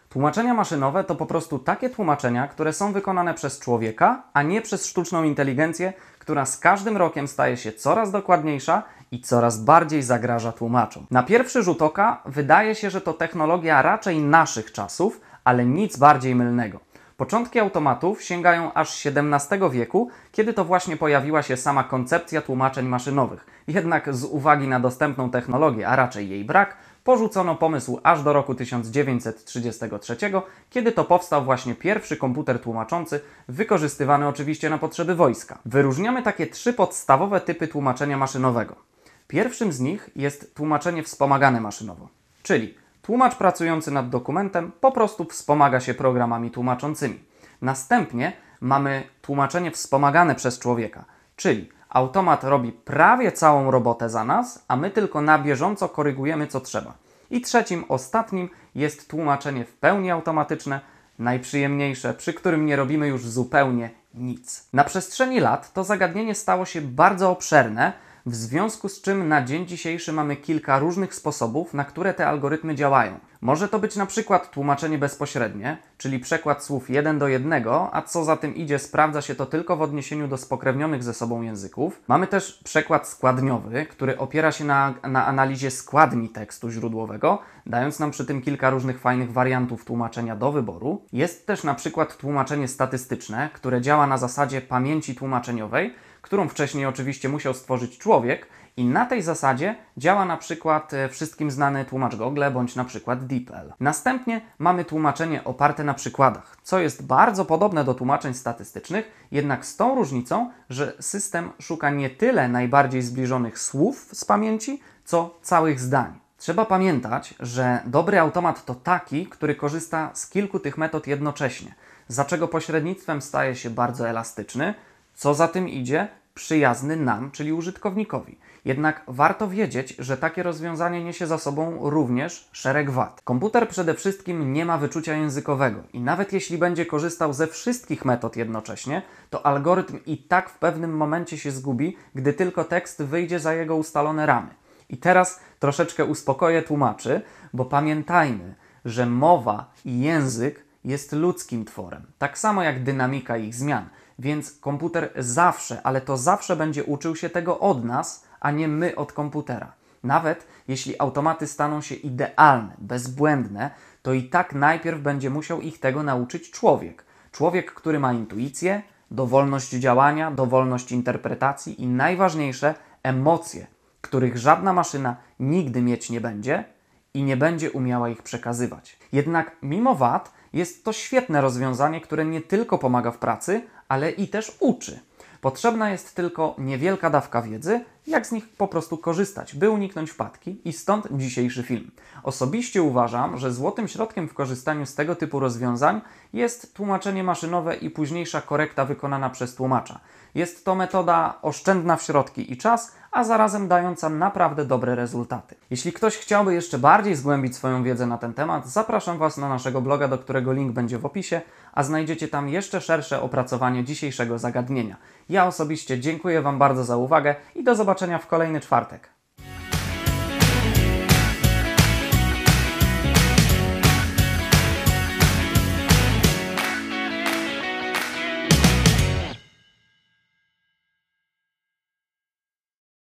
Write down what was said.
Tłumaczenia maszynowe to po prostu takie tłumaczenia, które są wykonane przez człowieka, a nie przez sztuczną inteligencję, która z każdym rokiem staje się coraz dokładniejsza i coraz bardziej zagraża tłumaczom. Na pierwszy rzut oka wydaje się, że to technologia raczej naszych czasów, ale nic bardziej mylnego. Początki automatów sięgają aż XVII wieku, kiedy to właśnie pojawiła się sama koncepcja tłumaczeń maszynowych. Jednak z uwagi na dostępną technologię, a raczej jej brak, porzucono pomysł aż do roku 1933, kiedy to powstał właśnie pierwszy komputer tłumaczący, wykorzystywany oczywiście na potrzeby wojska. Wyróżniamy takie trzy podstawowe typy tłumaczenia maszynowego. Pierwszym z nich jest tłumaczenie wspomagane maszynowo, czyli tłumacz pracujący nad dokumentem po prostu wspomaga się programami tłumaczącymi. Następnie mamy tłumaczenie wspomagane przez człowieka, czyli automat robi prawie całą robotę za nas, a my tylko na bieżąco korygujemy co trzeba. I trzecim, ostatnim jest tłumaczenie w pełni automatyczne, najprzyjemniejsze, przy którym nie robimy już zupełnie nic. Na przestrzeni lat to zagadnienie stało się bardzo obszerne, w związku z czym na dzień dzisiejszy mamy kilka różnych sposobów, na które te algorytmy działają. Może to być na przykład tłumaczenie bezpośrednie, czyli przekład słów 1 do 1, a co za tym idzie, sprawdza się to tylko w odniesieniu do spokrewnionych ze sobą języków. Mamy też przekład składniowy, który opiera się na analizie składni tekstu źródłowego, dając nam przy tym kilka różnych fajnych wariantów tłumaczenia do wyboru. Jest też na przykład tłumaczenie statystyczne, które działa na zasadzie pamięci tłumaczeniowej, którą wcześniej oczywiście musiał stworzyć człowiek, i na tej zasadzie działa na przykład wszystkim znany tłumacz Google bądź na przykład DeepL. Następnie mamy tłumaczenie oparte na przykładach, co jest bardzo podobne do tłumaczeń statystycznych, jednak z tą różnicą, że system szuka nie tyle najbardziej zbliżonych słów z pamięci, co całych zdań. Trzeba pamiętać, że dobry automat to taki, który korzysta z kilku tych metod jednocześnie, za czego pośrednictwem staje się bardzo elastyczny, co za tym idzie, przyjazny nam, czyli użytkownikowi. Jednak warto wiedzieć, że takie rozwiązanie niesie za sobą również szereg wad. Komputer przede wszystkim nie ma wyczucia językowego i nawet jeśli będzie korzystał ze wszystkich metod jednocześnie, to algorytm i tak w pewnym momencie się zgubi, gdy tylko tekst wyjdzie za jego ustalone ramy. I teraz troszeczkę uspokoję tłumaczy, bo pamiętajmy, że mowa i język jest ludzkim tworem, tak samo jak dynamika ich zmian. Więc komputer zawsze, ale to zawsze będzie uczył się tego od nas, a nie my od komputera. Nawet jeśli automaty staną się idealne, bezbłędne, to i tak najpierw będzie musiał ich tego nauczyć człowiek. Człowiek, który ma intuicję, dowolność działania, dowolność interpretacji i najważniejsze emocje, których żadna maszyna nigdy mieć nie będzie i nie będzie umiała ich przekazywać. Jednak mimo wad jest to świetne rozwiązanie, które nie tylko pomaga w pracy, ale i też uczy. Potrzebna jest tylko niewielka dawka wiedzy, jak z nich po prostu korzystać, by uniknąć wpadki, i stąd dzisiejszy film. Osobiście uważam, że złotym środkiem w korzystaniu z tego typu rozwiązań jest tłumaczenie maszynowe i późniejsza korekta wykonana przez tłumacza. Jest to metoda oszczędna w środki i czas, a zarazem dająca naprawdę dobre rezultaty. Jeśli ktoś chciałby jeszcze bardziej zgłębić swoją wiedzę na ten temat, zapraszam Was na naszego bloga, do którego link będzie w opisie, a znajdziecie tam jeszcze szersze opracowanie dzisiejszego zagadnienia. Ja osobiście dziękuję Wam bardzo za uwagę i do zobaczenia w kolejny czwartek.